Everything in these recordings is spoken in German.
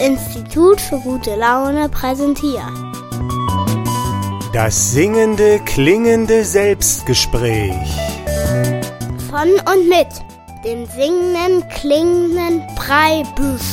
Institut für gute Laune präsentiert. Das singende, klingende Selbstgespräch. Von und mit dem singenden, klingenden Preibusch.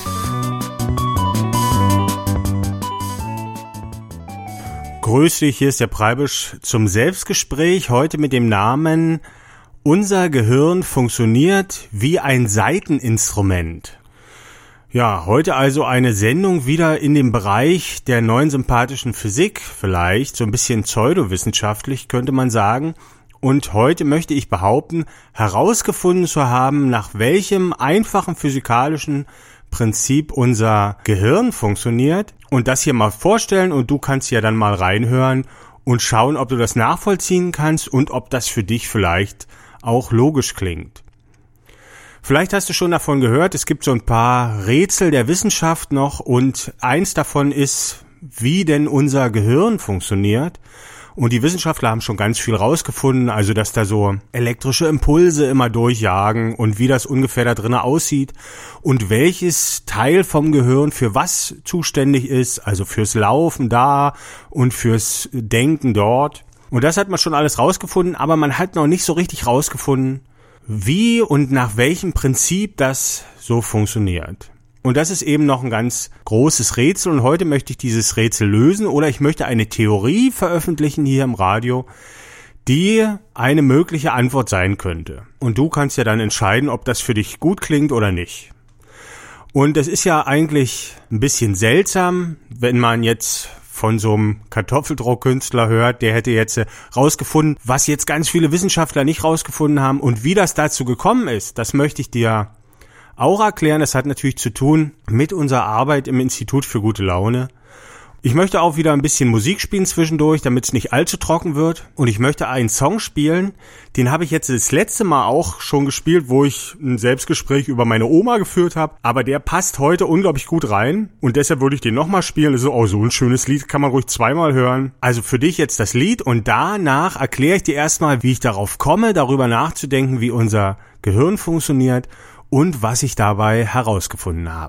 Grüß dich, hier ist der Preibusch zum Selbstgespräch, heute mit dem Namen Unser Gehirn funktioniert wie ein Saiteninstrument. Ja, heute also eine Sendung wieder in dem Bereich der neuen sympathischen Physik, vielleicht so ein bisschen pseudowissenschaftlich könnte man sagen. Und heute möchte ich behaupten, herausgefunden zu haben, nach welchem einfachen physikalischen Prinzip unser Gehirn funktioniert und das hier mal vorstellen und du kannst ja dann mal reinhören und schauen, ob du das nachvollziehen kannst und ob das für dich vielleicht auch logisch klingt. Vielleicht hast du schon davon gehört, es gibt so ein paar Rätsel der Wissenschaft noch und eins davon ist, wie denn unser Gehirn funktioniert. Und die Wissenschaftler haben schon ganz viel rausgefunden, also dass da so elektrische Impulse immer durchjagen und wie das ungefähr da drinnen aussieht und welches Teil vom Gehirn für was zuständig ist, also fürs Laufen da und fürs Denken dort. Und das hat man schon alles rausgefunden, aber man hat noch nicht so richtig rausgefunden, wie und nach welchem Prinzip das so funktioniert. Und das ist eben noch ein ganz großes Rätsel und heute möchte ich dieses Rätsel lösen oder ich möchte eine Theorie veröffentlichen hier im Radio, die eine mögliche Antwort sein könnte. Und du kannst ja dann entscheiden, ob das für dich gut klingt oder nicht. Und es ist ja eigentlich ein bisschen seltsam, wenn man jetzt von so einem Kartoffeldruckkünstler hört, der hätte jetzt rausgefunden, was jetzt ganz viele Wissenschaftler nicht rausgefunden haben und wie das dazu gekommen ist, das möchte ich dir auch erklären. Das hat natürlich zu tun mit unserer Arbeit im Institut für gute Laune. Ich möchte auch wieder ein bisschen Musik spielen zwischendurch, damit es nicht allzu trocken wird. Und ich möchte einen Song spielen, den habe ich jetzt das letzte Mal auch schon gespielt, wo ich ein Selbstgespräch über meine Oma geführt habe. Aber der passt heute unglaublich gut rein und deshalb würde ich den nochmal spielen. Das ist auch so ein schönes Lied, kann man ruhig zweimal hören. Also für dich jetzt das Lied und danach erkläre ich dir erstmal, wie ich darauf komme, darüber nachzudenken, wie unser Gehirn funktioniert und was ich dabei herausgefunden habe.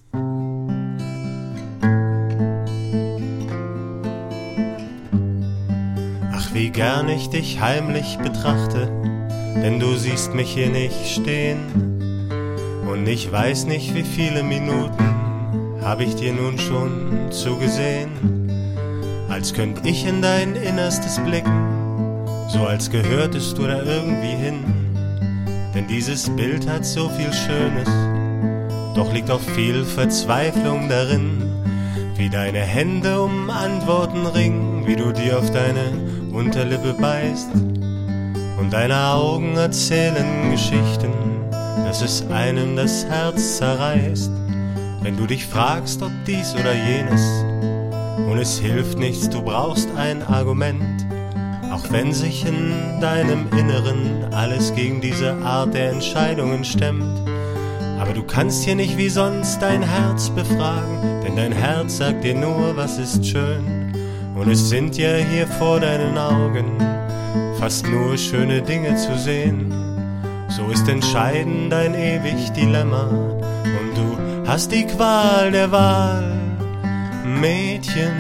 Ach, wie gern ich dich heimlich betrachte, denn du siehst mich hier nicht stehen. Und ich weiß nicht, wie viele Minuten habe ich dir nun schon zugesehen. Als könnt ich in dein Innerstes blicken, so als gehörtest du da irgendwie hin. Denn dieses Bild hat so viel Schönes, doch liegt auch viel Verzweiflung darin. Wie deine Hände um Antworten ringen, wie du dir auf deine Unterlippe beißt. Und deine Augen erzählen Geschichten, dass es einem das Herz zerreißt. Wenn du dich fragst, ob dies oder jenes, und es hilft nichts, du brauchst ein Argument. Auch wenn sich in deinem Inneren alles gegen diese Art der Entscheidungen stemmt. Aber du kannst hier nicht wie sonst dein Herz befragen, denn dein Herz sagt dir nur, was ist schön. Und es sind ja hier vor deinen Augen fast nur schöne Dinge zu sehen. So ist entscheidend dein ewig Dilemma und du hast die Qual der Wahl, Mädchen.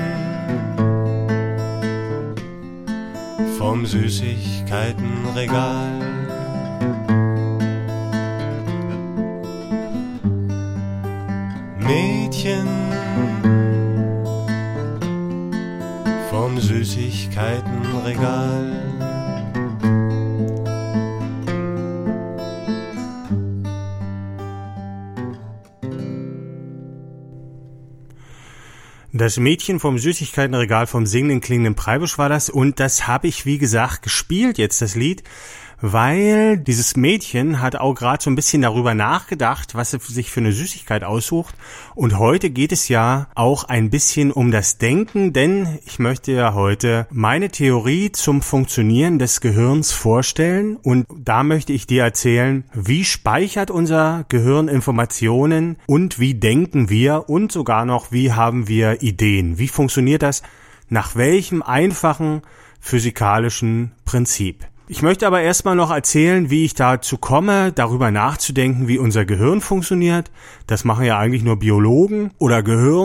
Vom Süßigkeitenregal. Mädchen vom Süßigkeitenregal. Das Mädchen vom Süßigkeitenregal vom singenden, klingenden Preibusch war das und das habe ich, wie gesagt, gespielt jetzt, das Lied, weil dieses Mädchen hat auch gerade so ein bisschen darüber nachgedacht, was sie sich für eine Süßigkeit aussucht. Und heute geht es ja auch ein bisschen um das Denken, denn ich möchte ja heute meine Theorie zum Funktionieren des Gehirns vorstellen. Und da möchte ich dir erzählen, wie speichert unser Gehirn Informationen und wie denken wir und sogar noch, wie haben wir Ideen. Wie funktioniert das? Nach welchem einfachen physikalischen Prinzip? Ich möchte aber erstmal noch erzählen, wie ich dazu komme, darüber nachzudenken, wie unser Gehirn funktioniert. Das machen ja eigentlich nur Biologen oder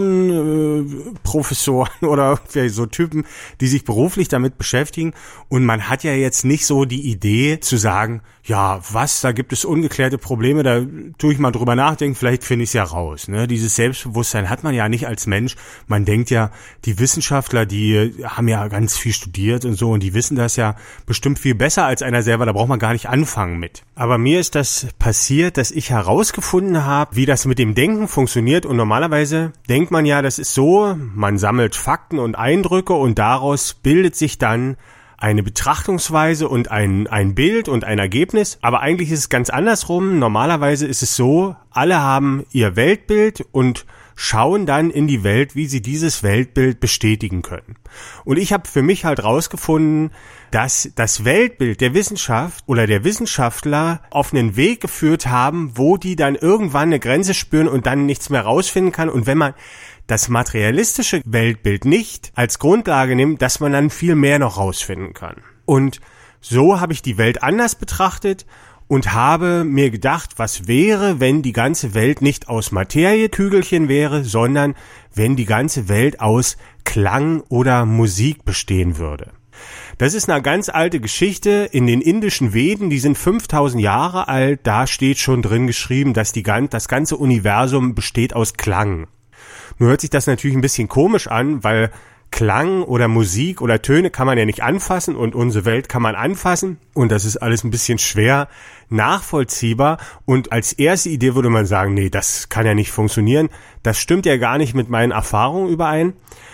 Gehirnprofessoren oder so Typen, die sich beruflich damit beschäftigen. Und man hat ja jetzt nicht so die Idee zu sagen, ja, da gibt es ungeklärte Probleme, da tue ich mal drüber nachdenken, vielleicht finde ich es ja raus. Ne? Dieses Selbstbewusstsein hat man ja nicht als Mensch. Man denkt ja, die Wissenschaftler, die haben ja ganz viel studiert und so und die wissen das ja bestimmt viel besser als einer selber, da braucht man gar nicht anfangen mit. Aber mir ist das passiert, dass ich herausgefunden habe, wie das mit dem Denken funktioniert und normalerweise denkt man ja, das ist so, man sammelt Fakten und Eindrücke und daraus bildet sich dann eine Betrachtungsweise und ein Bild und ein Ergebnis, aber eigentlich ist es ganz andersrum. Normalerweise ist es so, alle haben ihr Weltbild und schauen dann in die Welt, wie sie dieses Weltbild bestätigen können. Und ich habe für mich halt rausgefunden, dass das Weltbild der Wissenschaft oder der Wissenschaftler auf einen Weg geführt haben, wo die dann irgendwann eine Grenze spüren und dann nichts mehr rausfinden kann. Und wenn man das materialistische Weltbild nicht als Grundlage nimmt, dass man dann viel mehr noch rausfinden kann. Und so habe ich die Welt anders betrachtet und habe mir gedacht, was wäre, wenn die ganze Welt nicht aus Materiekügelchen wäre, sondern wenn die ganze Welt aus Klang oder Musik bestehen würde. Das ist eine ganz alte Geschichte in den indischen Veden, die sind 5000 Jahre alt, da steht schon drin geschrieben, dass das ganze Universum besteht aus Klang. Nur hört sich das natürlich ein bisschen komisch an, weil Klang oder Musik oder Töne kann man ja nicht anfassen und unsere Welt kann man anfassen und das ist alles ein bisschen schwer nachvollziehbar und als erste Idee würde man sagen, nee, das kann ja nicht funktionieren, das stimmt ja gar nicht mit meinen Erfahrungen überein.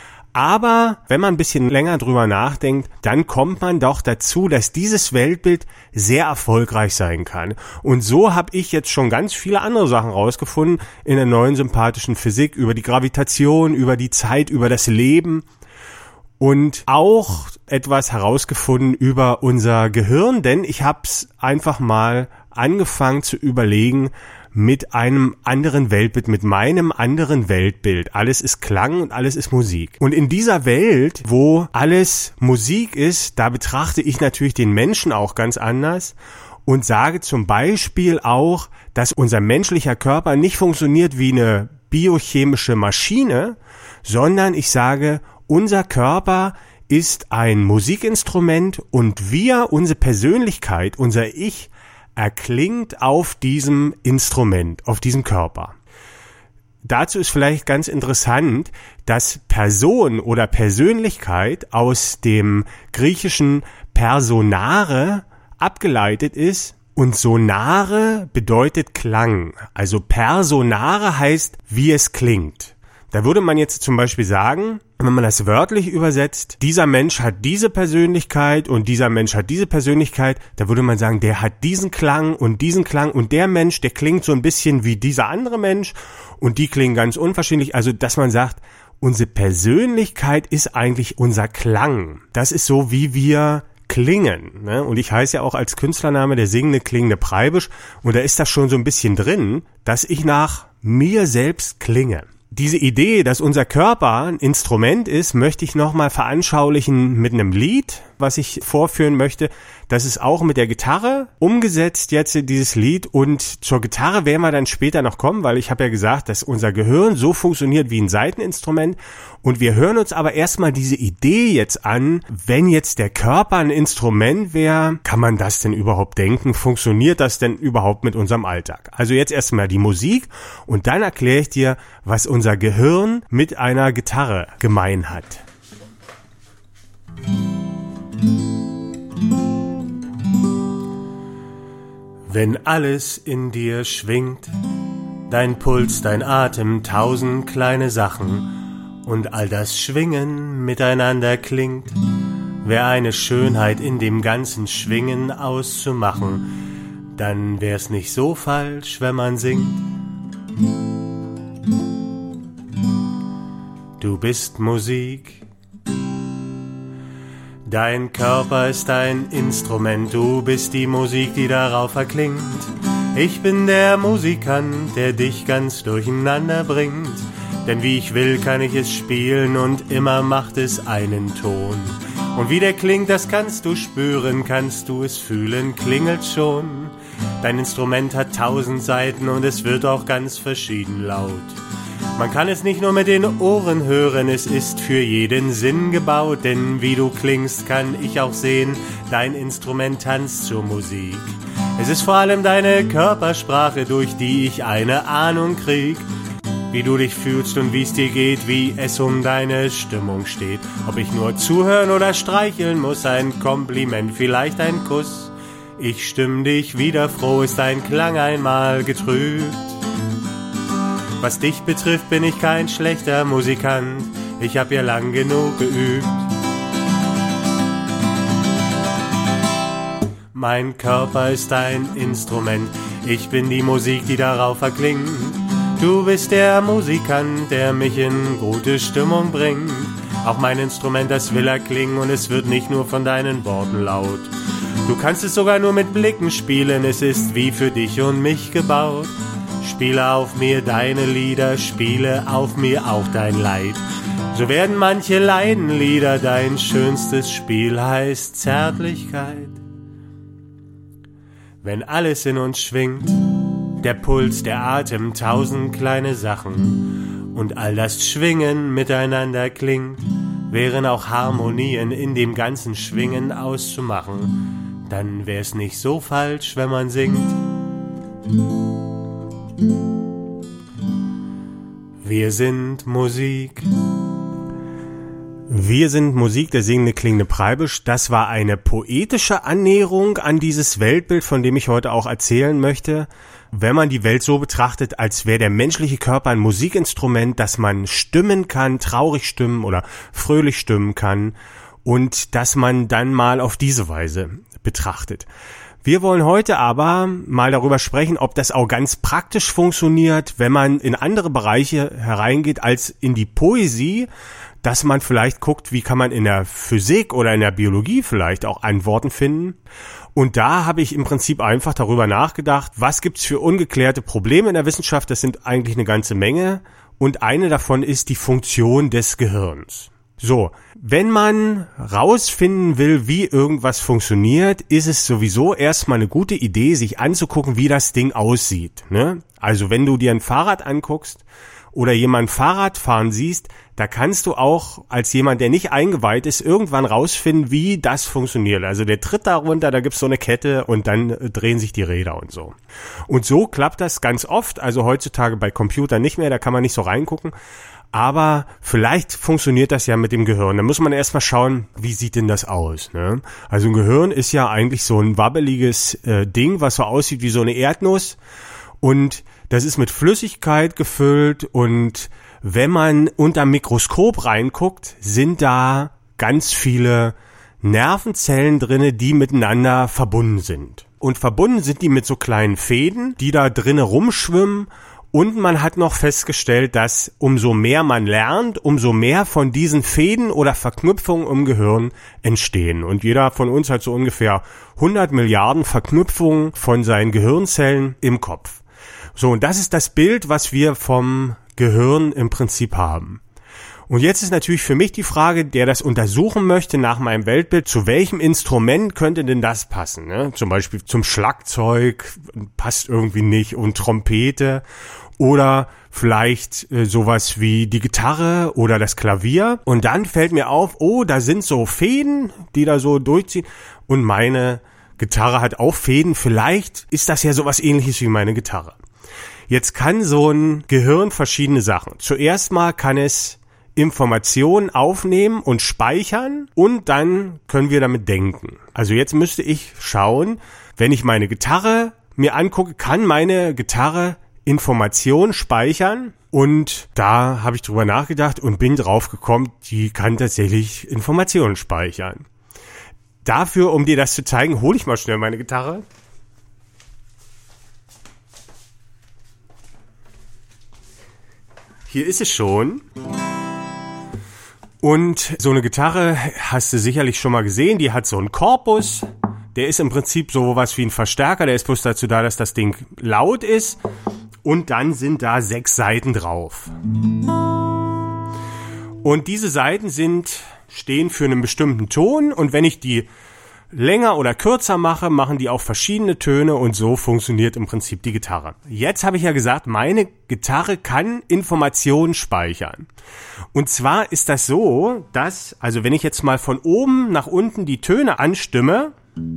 Aber wenn man ein bisschen länger drüber nachdenkt, dann kommt man doch dazu, dass dieses Weltbild sehr erfolgreich sein kann. Und so habe ich jetzt schon ganz viele andere Sachen rausgefunden in der neuen sympathischen Physik, über die Gravitation, über die Zeit, über das Leben und auch etwas herausgefunden über unser Gehirn, denn ich habe es einfach mal angefangen zu überlegen, mit einem anderen Weltbild, mit meinem anderen Weltbild. Alles ist Klang und alles ist Musik. Und in dieser Welt, wo alles Musik ist, da betrachte ich natürlich den Menschen auch ganz anders und sage zum Beispiel auch, dass unser menschlicher Körper nicht funktioniert wie eine biochemische Maschine, sondern ich sage, unser Körper ist ein Musikinstrument und unsere Persönlichkeit, unser Ich, erklingt auf diesem Instrument, auf diesem Körper. Dazu ist vielleicht ganz interessant, dass Person oder Persönlichkeit aus dem griechischen Personare abgeleitet ist und Sonare bedeutet Klang. Also Personare heißt, wie es klingt. Da würde man jetzt zum Beispiel sagen, wenn man das wörtlich übersetzt, dieser Mensch hat diese Persönlichkeit und dieser Mensch hat diese Persönlichkeit, da würde man sagen, der hat diesen Klang und der Mensch, der klingt so ein bisschen wie dieser andere Mensch und die klingen ganz unterschiedlich. Also, dass man sagt, unsere Persönlichkeit ist eigentlich unser Klang. Das ist so, wie wir klingen. Ne? Und ich heiße ja auch als Künstlername der singende, klingende Preibisch und da ist das schon so ein bisschen drin, dass ich nach mir selbst klinge. Diese Idee, dass unser Körper ein Instrument ist, möchte ich nochmal veranschaulichen mit einem Lied, was ich vorführen möchte. Das ist auch mit der Gitarre umgesetzt jetzt dieses Lied und zur Gitarre werden wir dann später noch kommen, weil ich habe ja gesagt, dass unser Gehirn so funktioniert wie ein Saiteninstrument und wir hören uns aber erstmal diese Idee jetzt an, wenn jetzt der Körper ein Instrument wäre, kann man das denn überhaupt denken? Funktioniert das denn überhaupt mit unserem Alltag? Also jetzt erstmal die Musik und dann erkläre ich dir, was unser Gehirn mit einer Gitarre gemein hat. Wenn alles in dir schwingt, dein Puls, dein Atem, 1000 kleine Sachen und all das Schwingen miteinander klingt, wär eine Schönheit in dem ganzen Schwingen auszumachen, dann wär's nicht so falsch, wenn man singt. Du bist Musik. Dein Körper ist ein Instrument, du bist die Musik, die darauf erklingt. Ich bin der Musikant, der dich ganz durcheinander bringt. Denn wie ich will, kann ich es spielen und immer macht es einen Ton. Und wie der klingt, das kannst du spüren, kannst du es fühlen, klingelt schon. Dein Instrument hat 1000 Saiten und es wird auch ganz verschieden laut. Man kann es nicht nur mit den Ohren hören, es ist für jeden Sinn gebaut, denn wie du klingst, kann ich auch sehen, dein Instrument tanzt zur Musik. Es ist vor allem deine Körpersprache, durch die ich eine Ahnung krieg, wie du dich fühlst und wie es dir geht, wie es um deine Stimmung steht. Ob ich nur zuhören oder streicheln muss, ein Kompliment, vielleicht ein Kuss. Ich stimm dich wieder froh, ist dein Klang einmal getrübt. Was dich betrifft, bin ich kein schlechter Musikant, ich hab ja lang genug geübt. Mein Körper ist ein Instrument, ich bin die Musik, die darauf erklingt. Du bist der Musikant, der mich in gute Stimmung bringt. Auch mein Instrument, das will erklingen und es wird nicht nur von deinen Worten laut. Du kannst es sogar nur mit Blicken spielen, es ist wie für dich und mich gebaut. Spiele auf mir deine Lieder, spiele auf mir auch dein Leid. So werden manche Leidenlieder, dein schönstes Spiel heißt Zärtlichkeit. Wenn alles in uns schwingt, der Puls, der Atem, 1000 kleine Sachen und all das Schwingen miteinander klingt, wären auch Harmonien in dem ganzen Schwingen auszumachen, dann wär's nicht so falsch, wenn man singt. Wir sind Musik. Wir sind Musik, der singende klingende Preibisch. Das war eine poetische Annäherung an dieses Weltbild, von dem ich heute auch erzählen möchte. Wenn man die Welt so betrachtet, als wäre der menschliche Körper ein Musikinstrument, das man stimmen kann, traurig stimmen oder fröhlich stimmen kann und dass man dann mal auf diese Weise betrachtet. Wir wollen heute aber mal darüber sprechen, ob das auch ganz praktisch funktioniert, wenn man in andere Bereiche hereingeht als in die Poesie, dass man vielleicht guckt, wie kann man in der Physik oder in der Biologie vielleicht auch Antworten finden. Und da habe ich im Prinzip einfach darüber nachgedacht, was gibt's für ungeklärte Probleme in der Wissenschaft? Das sind eigentlich eine ganze Menge. Und eine davon ist die Funktion des Gehirns. So, wenn man rausfinden will, wie irgendwas funktioniert, ist es sowieso erstmal eine gute Idee, sich anzugucken, wie das Ding aussieht, ne? Also wenn du dir ein Fahrrad anguckst oder jemand Fahrrad fahren siehst, da kannst du auch als jemand, der nicht eingeweiht ist, irgendwann rausfinden, wie das funktioniert. Also der tritt da runter, da gibt's so eine Kette und dann drehen sich die Räder und so. Und so klappt das ganz oft, also heutzutage bei Computern nicht mehr, da kann man nicht so reingucken. Aber vielleicht funktioniert das ja mit dem Gehirn. Da muss man erstmal schauen, wie sieht denn das aus, ne? Also ein Gehirn ist ja eigentlich so ein wabbeliges Ding, was so aussieht wie so eine Erdnuss. Und das ist mit Flüssigkeit gefüllt und wenn man unter Mikroskop reinguckt, sind da ganz viele Nervenzellen drinne, die miteinander verbunden sind. Und verbunden sind die mit so kleinen Fäden, die da drinne rumschwimmen. Und man hat noch festgestellt, dass umso mehr man lernt, umso mehr von diesen Fäden oder Verknüpfungen im Gehirn entstehen. Und jeder von uns hat so ungefähr 100 Milliarden Verknüpfungen von seinen Gehirnzellen im Kopf. So, und das ist das Bild, was wir vom Gehirn im Prinzip haben. Und jetzt ist natürlich für mich die Frage, der das untersuchen möchte nach meinem Weltbild, zu welchem Instrument könnte denn das passen? Ne? Zum Beispiel zum Schlagzeug passt irgendwie nicht und Trompete oder vielleicht sowas wie die Gitarre oder das Klavier. Und dann fällt mir auf, oh, da sind so Fäden, die da so durchziehen und meine Gitarre hat auch Fäden. Vielleicht ist das ja sowas Ähnliches wie meine Gitarre. Jetzt kann so ein Gehirn verschiedene Sachen. Zuerst mal kann es Informationen aufnehmen und speichern und dann können wir damit denken. Also jetzt müsste ich schauen, wenn ich meine Gitarre mir angucke, kann meine Gitarre Informationen speichern? Und da habe ich drüber nachgedacht und bin drauf gekommen, die kann tatsächlich Informationen speichern. Dafür, um dir das zu zeigen, hole ich mal schnell meine Gitarre. Hier ist es schon. Und so eine Gitarre hast du sicherlich schon mal gesehen, die hat so einen Korpus, der ist im Prinzip so was wie ein Verstärker, der ist bloß dazu da, dass das Ding laut ist und dann sind da 6 Saiten drauf. Und diese Saiten sind stehen für einen bestimmten Ton und wenn ich die länger oder kürzer mache, machen die auch verschiedene Töne und so funktioniert im Prinzip die Gitarre. Jetzt habe ich ja gesagt, meine Gitarre kann Informationen speichern. Und zwar ist das so, dass, also wenn ich jetzt mal von oben nach unten die Töne anstimme,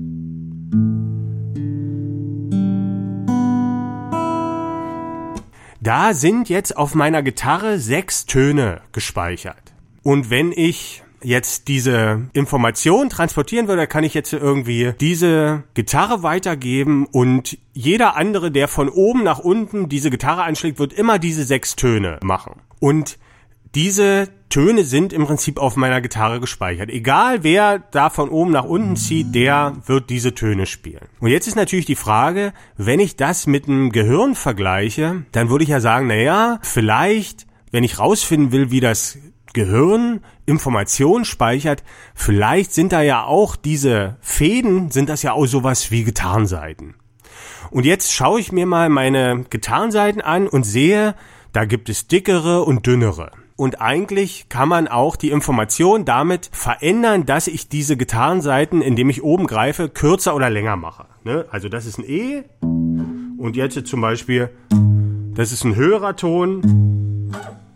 da sind jetzt auf meiner Gitarre 6 Töne gespeichert. Und wenn ich jetzt diese Information transportieren würde, kann ich jetzt irgendwie diese Gitarre weitergeben und jeder andere, der von oben nach unten diese Gitarre anschlägt, wird immer diese 6 Töne machen. Und diese Töne sind im Prinzip auf meiner Gitarre gespeichert. Egal wer da von oben nach unten zieht, der wird diese Töne spielen. Und jetzt ist natürlich die Frage, wenn ich das mit einem Gehirn vergleiche, dann würde ich ja sagen, naja, vielleicht, wenn ich rausfinden will, wie das Gehirn Informationen speichert, vielleicht sind da ja auch diese Fäden, sind das ja auch sowas wie Gitarrensaiten. Und jetzt schaue ich mir mal meine Gitarrensaiten an und sehe, da gibt es dickere und dünnere. Und eigentlich kann man auch die Information damit verändern, dass ich diese Gitarrensaiten, indem ich oben greife, kürzer oder länger mache. Also das ist ein E und jetzt zum Beispiel, das ist ein höherer Ton.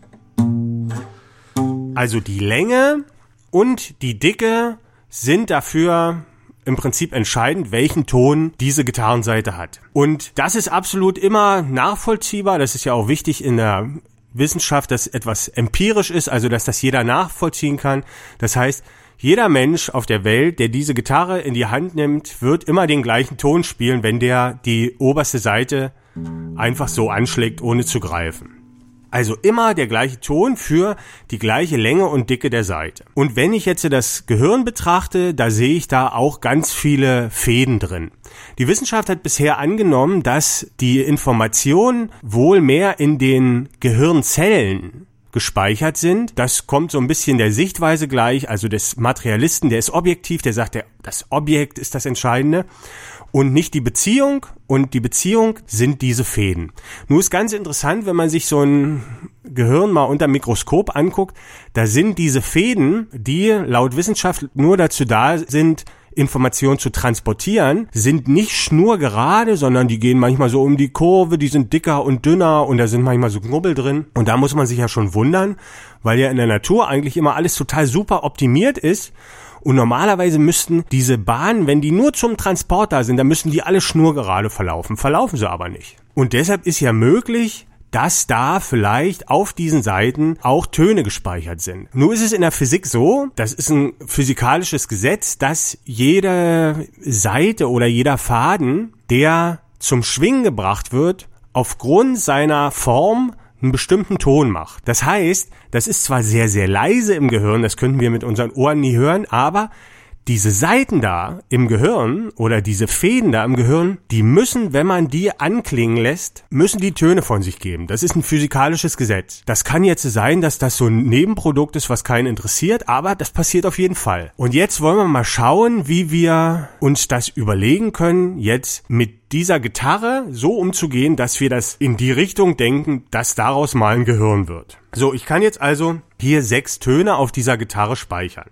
Also die Länge und die Dicke sind dafür im Prinzip entscheidend, welchen Ton diese Gitarrensaite hat. Und das ist absolut immer nachvollziehbar. Das ist ja auch wichtig in der Wissenschaft, dass etwas empirisch ist, also dass das jeder nachvollziehen kann. Das heißt, jeder Mensch auf der Welt, der diese Gitarre in die Hand nimmt, wird immer den gleichen Ton spielen, wenn der die oberste Saite einfach so anschlägt, ohne zu greifen. Also immer der gleiche Ton für die gleiche Länge und Dicke der Saite. Und wenn ich jetzt das Gehirn betrachte, da sehe ich da auch ganz viele Fäden drin. Die Wissenschaft hat bisher angenommen, dass die Informationen wohl mehr in den Gehirnzellen gespeichert sind. Das kommt so ein bisschen der Sichtweise gleich, also des Materialisten, der ist objektiv, der sagt, das Objekt ist das Entscheidende. Und nicht die Beziehung, und die Beziehung sind diese Fäden. Nur ist ganz interessant, wenn man sich so ein Gehirn mal unter dem Mikroskop anguckt, da sind diese Fäden, die laut Wissenschaft nur dazu da sind, Informationen zu transportieren, sind nicht schnurgerade, sondern die gehen manchmal so um die Kurve, die sind dicker und dünner und da sind manchmal so Knubbel drin. Und da muss man sich ja schon wundern, weil ja in der Natur eigentlich immer alles total super optimiert ist. Und normalerweise müssten diese Bahnen, wenn die nur zum Transport da sind, dann müssten die alle schnurgerade verlaufen. Verlaufen sie aber nicht. Und deshalb ist ja möglich, dass da vielleicht auf diesen Seiten auch Töne gespeichert sind. Nur ist es in der Physik so, das ist ein physikalisches Gesetz, dass jede Saite oder jeder Faden, der zum Schwingen gebracht wird, aufgrund seiner Form einen bestimmten Ton macht. Das heißt, das ist zwar sehr, sehr leise im Gehirn, das könnten wir mit unseren Ohren nie hören, aber diese Saiten da im Gehirn oder diese Fäden da im Gehirn, die müssen, wenn man die anklingen lässt, müssen die Töne von sich geben. Das ist ein physikalisches Gesetz. Das kann jetzt sein, dass das so ein Nebenprodukt ist, was keinen interessiert, aber das passiert auf jeden Fall. Und jetzt wollen wir mal schauen, wie wir uns das überlegen können, jetzt mit dieser Gitarre so umzugehen, dass wir das in die Richtung denken, dass daraus mal ein Gehirn wird. So, ich kann jetzt also hier 6 Töne auf dieser Gitarre speichern.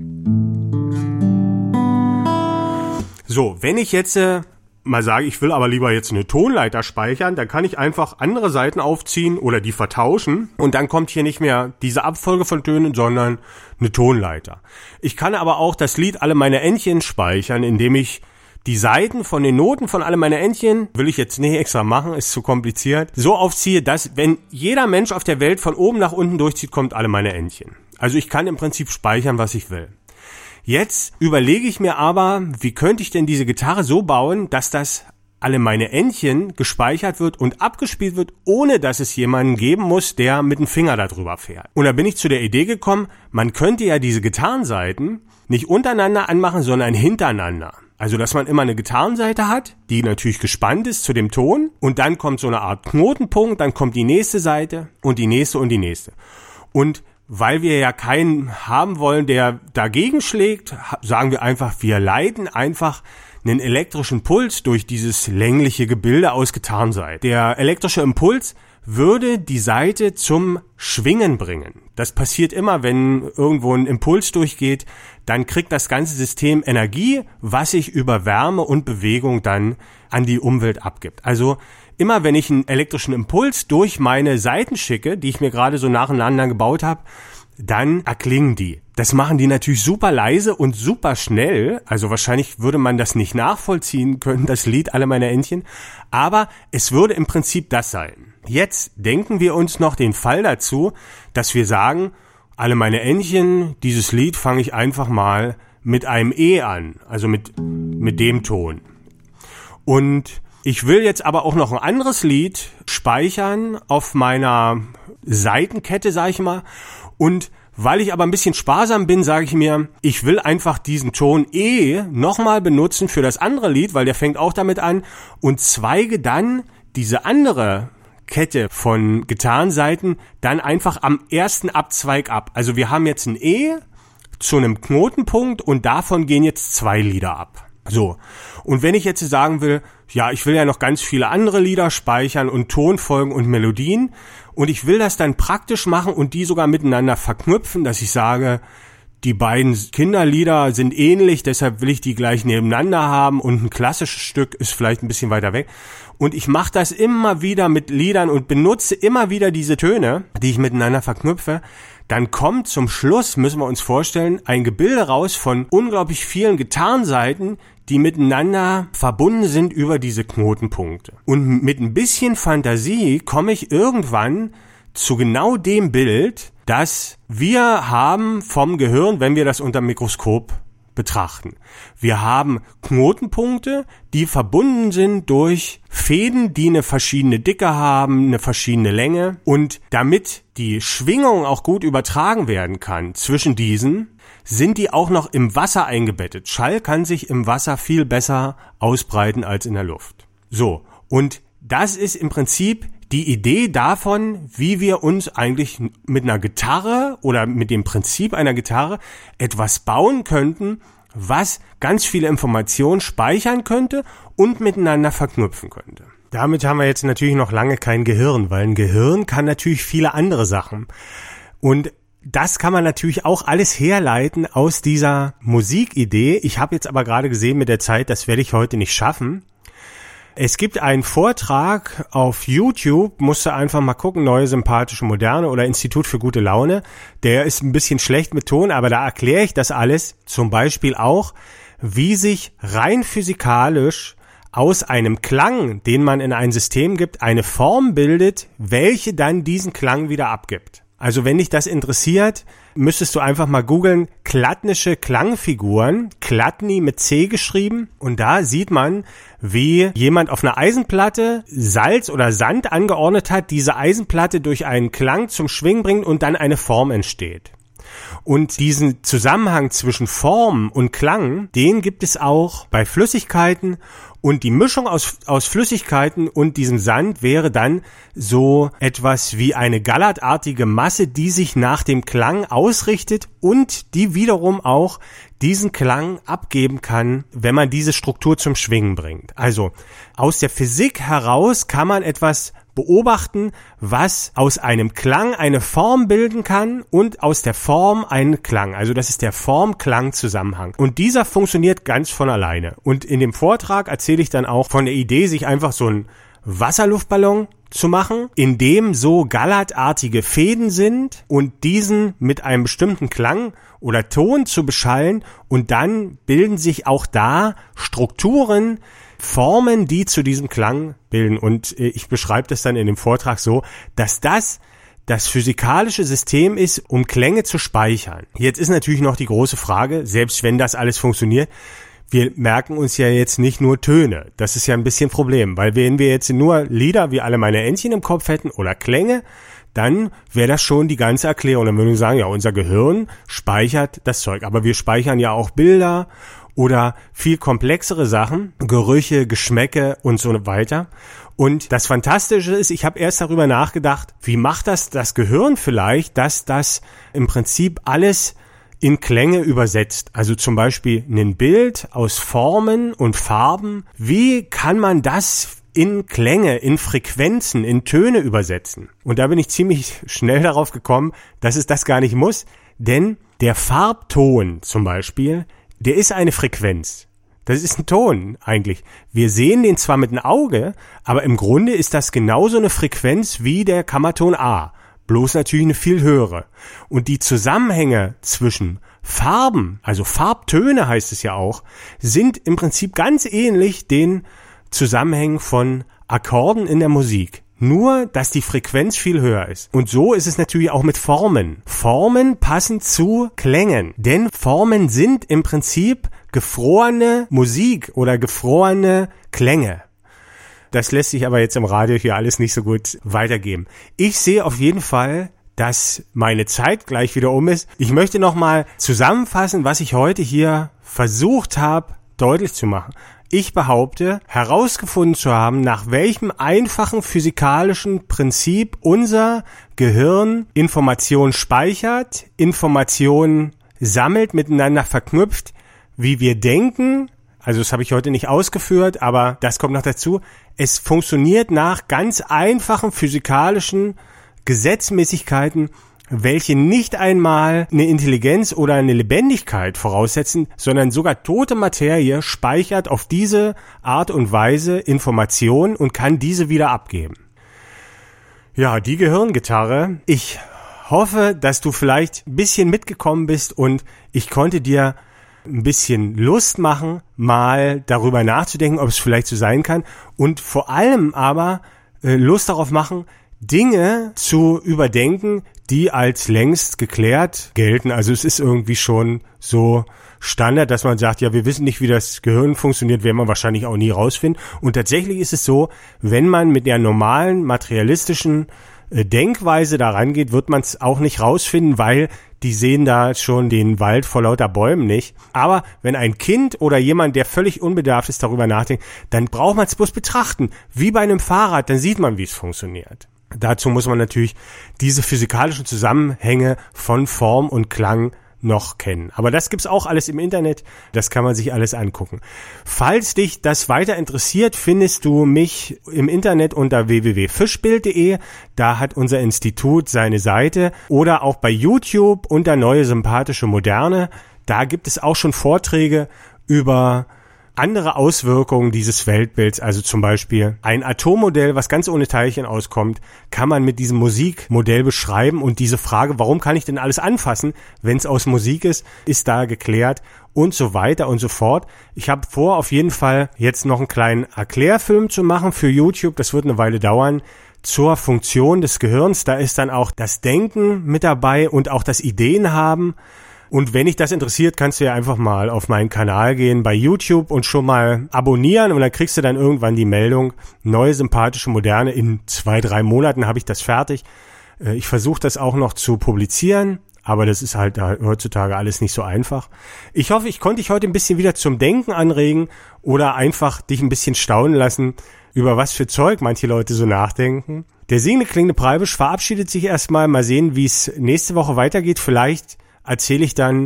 So, wenn ich jetzt mal sage, ich will aber lieber jetzt eine Tonleiter speichern, dann kann ich einfach andere Saiten aufziehen oder die vertauschen und dann kommt hier nicht mehr diese Abfolge von Tönen, sondern eine Tonleiter. Ich kann aber auch das Lied Alle meine Entchen speichern, indem ich die Saiten von den Noten von Alle meine Entchen, will ich jetzt nicht extra machen, ist zu kompliziert, so aufziehe, dass wenn jeder Mensch auf der Welt von oben nach unten durchzieht, kommt Alle meine Entchen. Also ich kann im Prinzip speichern, was ich will. Jetzt überlege ich mir aber, wie könnte ich denn diese Gitarre so bauen, dass das Alle meine Entchen gespeichert wird und abgespielt wird, ohne dass es jemanden geben muss, der mit dem Finger da drüber fährt. Und da bin ich zu der Idee gekommen, man könnte ja diese Gitarrensaiten nicht untereinander anmachen, sondern hintereinander. Also, dass man immer eine Gitarrensaite hat, die natürlich gespannt ist zu dem Ton und dann kommt so eine Art Knotenpunkt, dann kommt die nächste Seite und die nächste und die nächste. Und weil wir ja keinen haben wollen, der dagegen schlägt, sagen wir einfach, wir leiten einfach einen elektrischen Puls durch dieses längliche Gebilde aus Gitarrensaiten. Der elektrische Impuls würde die Saite zum Schwingen bringen. Das passiert immer, wenn irgendwo ein Impuls durchgeht, dann kriegt das ganze System Energie, was sich über Wärme und Bewegung dann an die Umwelt abgibt. Also immer wenn ich einen elektrischen Impuls durch meine Saiten schicke, die ich mir gerade so nacheinander gebaut habe, dann erklingen die. Das machen die natürlich super leise und super schnell. Also wahrscheinlich würde man das nicht nachvollziehen können, das Lied Alle meine Entchen. Aber es würde im Prinzip das sein. Jetzt denken wir uns noch den Fall dazu, dass wir sagen, Alle meine Entchen, dieses Lied fange ich einfach mal mit einem E an. Also mit dem Ton. Und ich will jetzt aber auch noch ein anderes Lied speichern auf meiner Seitenkette, sag ich mal. Und weil ich aber ein bisschen sparsam bin, sage ich mir, ich will einfach diesen Ton E nochmal benutzen für das andere Lied, weil der fängt auch damit an und zweige dann diese andere Kette von Gitarrenseiten dann einfach am ersten Abzweig ab. Also wir haben jetzt ein E zu einem Knotenpunkt und davon gehen jetzt 2 Lieder ab. So, und wenn ich jetzt sagen will, ja, ich will ja noch ganz viele andere Lieder speichern und Tonfolgen und Melodien und ich will das dann praktisch machen und die sogar miteinander verknüpfen, dass ich sage, die beiden Kinderlieder sind ähnlich, deshalb will ich die gleich nebeneinander haben und ein klassisches Stück ist vielleicht ein bisschen weiter weg. Und ich mache das immer wieder mit Liedern und benutze immer wieder diese Töne, die ich miteinander verknüpfe. Dann kommt zum Schluss, müssen wir uns vorstellen, ein Gebilde raus von unglaublich vielen Gitarrenseiten, die miteinander verbunden sind über diese Knotenpunkte. Und mit ein bisschen Fantasie komme ich irgendwann zu genau dem Bild, das wir haben vom Gehirn, wenn wir das unter dem Mikroskop betrachten. Wir haben Knotenpunkte, die verbunden sind durch Fäden, die eine verschiedene Dicke haben, eine verschiedene Länge. Und damit die Schwingung auch gut übertragen werden kann zwischen diesen, sind die auch noch im Wasser eingebettet. Schall kann sich im Wasser viel besser ausbreiten als in der Luft. So, und das ist im Prinzip die Idee davon, wie wir uns eigentlich mit einer Gitarre oder mit dem Prinzip einer Gitarre etwas bauen könnten, was ganz viele Informationen speichern könnte und miteinander verknüpfen könnte. Damit haben wir jetzt natürlich noch lange kein Gehirn, weil ein Gehirn kann natürlich viele andere Sachen. Und das kann man natürlich auch alles herleiten aus dieser Musikidee. Ich habe jetzt aber gerade gesehen mit der Zeit, das werde ich heute nicht schaffen. Es gibt einen Vortrag auf YouTube, musst du einfach mal gucken, Neue Sympathische Moderne oder Institut für gute Laune. Der ist ein bisschen schlecht mit Ton, aber da erkläre ich das alles. Zum Beispiel auch, wie sich rein physikalisch aus einem Klang, den man in ein System gibt, eine Form bildet, welche dann diesen Klang wieder abgibt. Also wenn dich das interessiert, müsstest du einfach mal googeln, Chladnische Klangfiguren, Chladni mit C geschrieben. Und da sieht man, wie jemand auf einer Eisenplatte Salz oder Sand angeordnet hat, diese Eisenplatte durch einen Klang zum Schwingen bringt und dann eine Form entsteht. Und diesen Zusammenhang zwischen Form und Klang, den gibt es auch bei Flüssigkeiten. Und die Mischung aus Flüssigkeiten und diesem Sand wäre dann so etwas wie eine gallertartige Masse, die sich nach dem Klang ausrichtet und die wiederum auch diesen Klang abgeben kann, wenn man diese Struktur zum Schwingen bringt. Also aus der Physik heraus kann man etwas beobachten, was aus einem Klang eine Form bilden kann und aus der Form einen Klang. Also das ist der Form-Klang-Zusammenhang. Und dieser funktioniert ganz von alleine. Und in dem Vortrag erzähle ich dann auch von der Idee, sich einfach so einen Wasserluftballon zu machen, in dem so gallertartige Fäden sind und diesen mit einem bestimmten Klang oder Ton zu beschallen und dann bilden sich auch da Strukturen, Formen, die zu diesem Klang bilden. Und ich beschreibe das dann in dem Vortrag so, dass das physikalische System ist, um Klänge zu speichern. Jetzt ist natürlich noch die große Frage, selbst wenn das alles funktioniert, wir merken uns ja jetzt nicht nur Töne. Das ist ja ein bisschen ein Problem, weil wenn wir jetzt nur Lieder wie Alle meine Entchen im Kopf hätten oder Klänge, dann wäre das schon die ganze Erklärung. Dann würden wir sagen, ja, unser Gehirn speichert das Zeug. Aber wir speichern ja auch Bilder oder viel komplexere Sachen, Gerüche, Geschmäcke und so weiter. Und das Fantastische ist, ich habe erst darüber nachgedacht, wie macht das Gehirn vielleicht, dass das im Prinzip alles in Klänge übersetzt. Also zum Beispiel ein Bild aus Formen und Farben. Wie kann man das in Klänge, in Frequenzen, in Töne übersetzen. Und da bin ich ziemlich schnell darauf gekommen, dass es das gar nicht muss, denn der Farbton zum Beispiel, der ist eine Frequenz. Das ist ein Ton eigentlich. Wir sehen den zwar mit dem Auge, aber im Grunde ist das genauso eine Frequenz wie der Kammerton A, bloß natürlich eine viel höhere. Und die Zusammenhänge zwischen Farben, also Farbtöne heißt es ja auch, sind im Prinzip ganz ähnlich den Zusammenhängen von Akkorden in der Musik. Nur, dass die Frequenz viel höher ist. Und so ist es natürlich auch mit Formen. Formen passen zu Klängen. Denn Formen sind im Prinzip gefrorene Musik oder gefrorene Klänge. Das lässt sich aber jetzt im Radio hier alles nicht so gut weitergeben. Ich sehe auf jeden Fall, dass meine Zeit gleich wieder um ist. Ich möchte nochmal zusammenfassen, was ich heute hier versucht habe, deutlich zu machen. Ich behaupte, herausgefunden zu haben, nach welchem einfachen physikalischen Prinzip unser Gehirn Informationen speichert, Informationen sammelt, miteinander verknüpft, wie wir denken. Also das habe ich heute nicht ausgeführt, aber das kommt noch dazu. Es funktioniert nach ganz einfachen physikalischen Gesetzmäßigkeiten, welche nicht einmal eine Intelligenz oder eine Lebendigkeit voraussetzen, sondern sogar tote Materie speichert auf diese Art und Weise Informationen und kann diese wieder abgeben. Ja, die Gehirngitarre. Ich hoffe, dass du vielleicht ein bisschen mitgekommen bist und ich konnte dir ein bisschen Lust machen, mal darüber nachzudenken, ob es vielleicht so sein kann und vor allem aber Lust darauf machen, Dinge zu überdenken, die als längst geklärt gelten. Also es ist irgendwie schon so Standard, dass man sagt, ja, wir wissen nicht, wie das Gehirn funktioniert, werden wir wahrscheinlich auch nie rausfinden. Und tatsächlich ist es so, wenn man mit der normalen materialistischen Denkweise da rangeht, wird man es auch nicht rausfinden, weil die sehen da schon den Wald vor lauter Bäumen nicht. Aber wenn ein Kind oder jemand, der völlig unbedarft ist, darüber nachdenkt, dann braucht man es bloß betrachten. Wie bei einem Fahrrad, dann sieht man, wie es funktioniert. Dazu muss man natürlich diese physikalischen Zusammenhänge von Form und Klang noch kennen. Aber das gibt's auch alles im Internet, das kann man sich alles angucken. Falls dich das weiter interessiert, findest du mich im Internet unter www.fischbild.de, da hat unser Institut seine Seite, oder auch bei YouTube unter Neue Sympathische Moderne, da gibt es auch schon Vorträge über andere Auswirkungen dieses Weltbilds, also zum Beispiel ein Atommodell, was ganz ohne Teilchen auskommt, kann man mit diesem Musikmodell beschreiben und diese Frage, warum kann ich denn alles anfassen, wenn es aus Musik ist da geklärt und so weiter und so fort. Ich habe vor, auf jeden Fall jetzt noch einen kleinen Erklärfilm zu machen für YouTube, das wird eine Weile dauern, zur Funktion des Gehirns. Da ist dann auch das Denken mit dabei und auch das Ideenhaben. Und wenn dich das interessiert, kannst du ja einfach mal auf meinen Kanal gehen bei YouTube und schon mal abonnieren und dann kriegst du dann irgendwann die Meldung, Neue Sympathische Moderne, in 2-3 Monaten habe ich das fertig. Ich versuche das auch noch zu publizieren, aber das ist halt heutzutage alles nicht so einfach. Ich hoffe, ich konnte dich heute ein bisschen wieder zum Denken anregen oder einfach dich ein bisschen staunen lassen, über was für Zeug manche Leute so nachdenken. Der singende klingende Preibisch verabschiedet sich erstmal. Mal sehen, wie es nächste Woche weitergeht. Vielleicht erzähle ich dann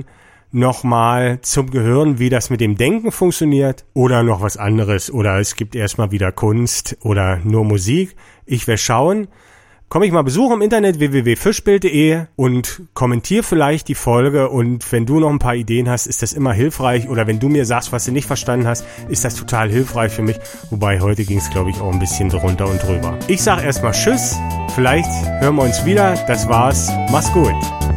nochmal zum Gehirn, wie das mit dem Denken funktioniert oder noch was anderes oder es gibt erstmal wieder Kunst oder nur Musik. Ich werde schauen. Komm ich mal besuchen im Internet www.fischbild.de und kommentier vielleicht die Folge und wenn du noch ein paar Ideen hast, ist das immer hilfreich oder wenn du mir sagst, was du nicht verstanden hast, ist das total hilfreich für mich. Wobei heute ging es, glaube ich, auch ein bisschen drunter und drüber. Ich sage erstmal Tschüss, vielleicht hören wir uns wieder. Das war's. Mach's gut.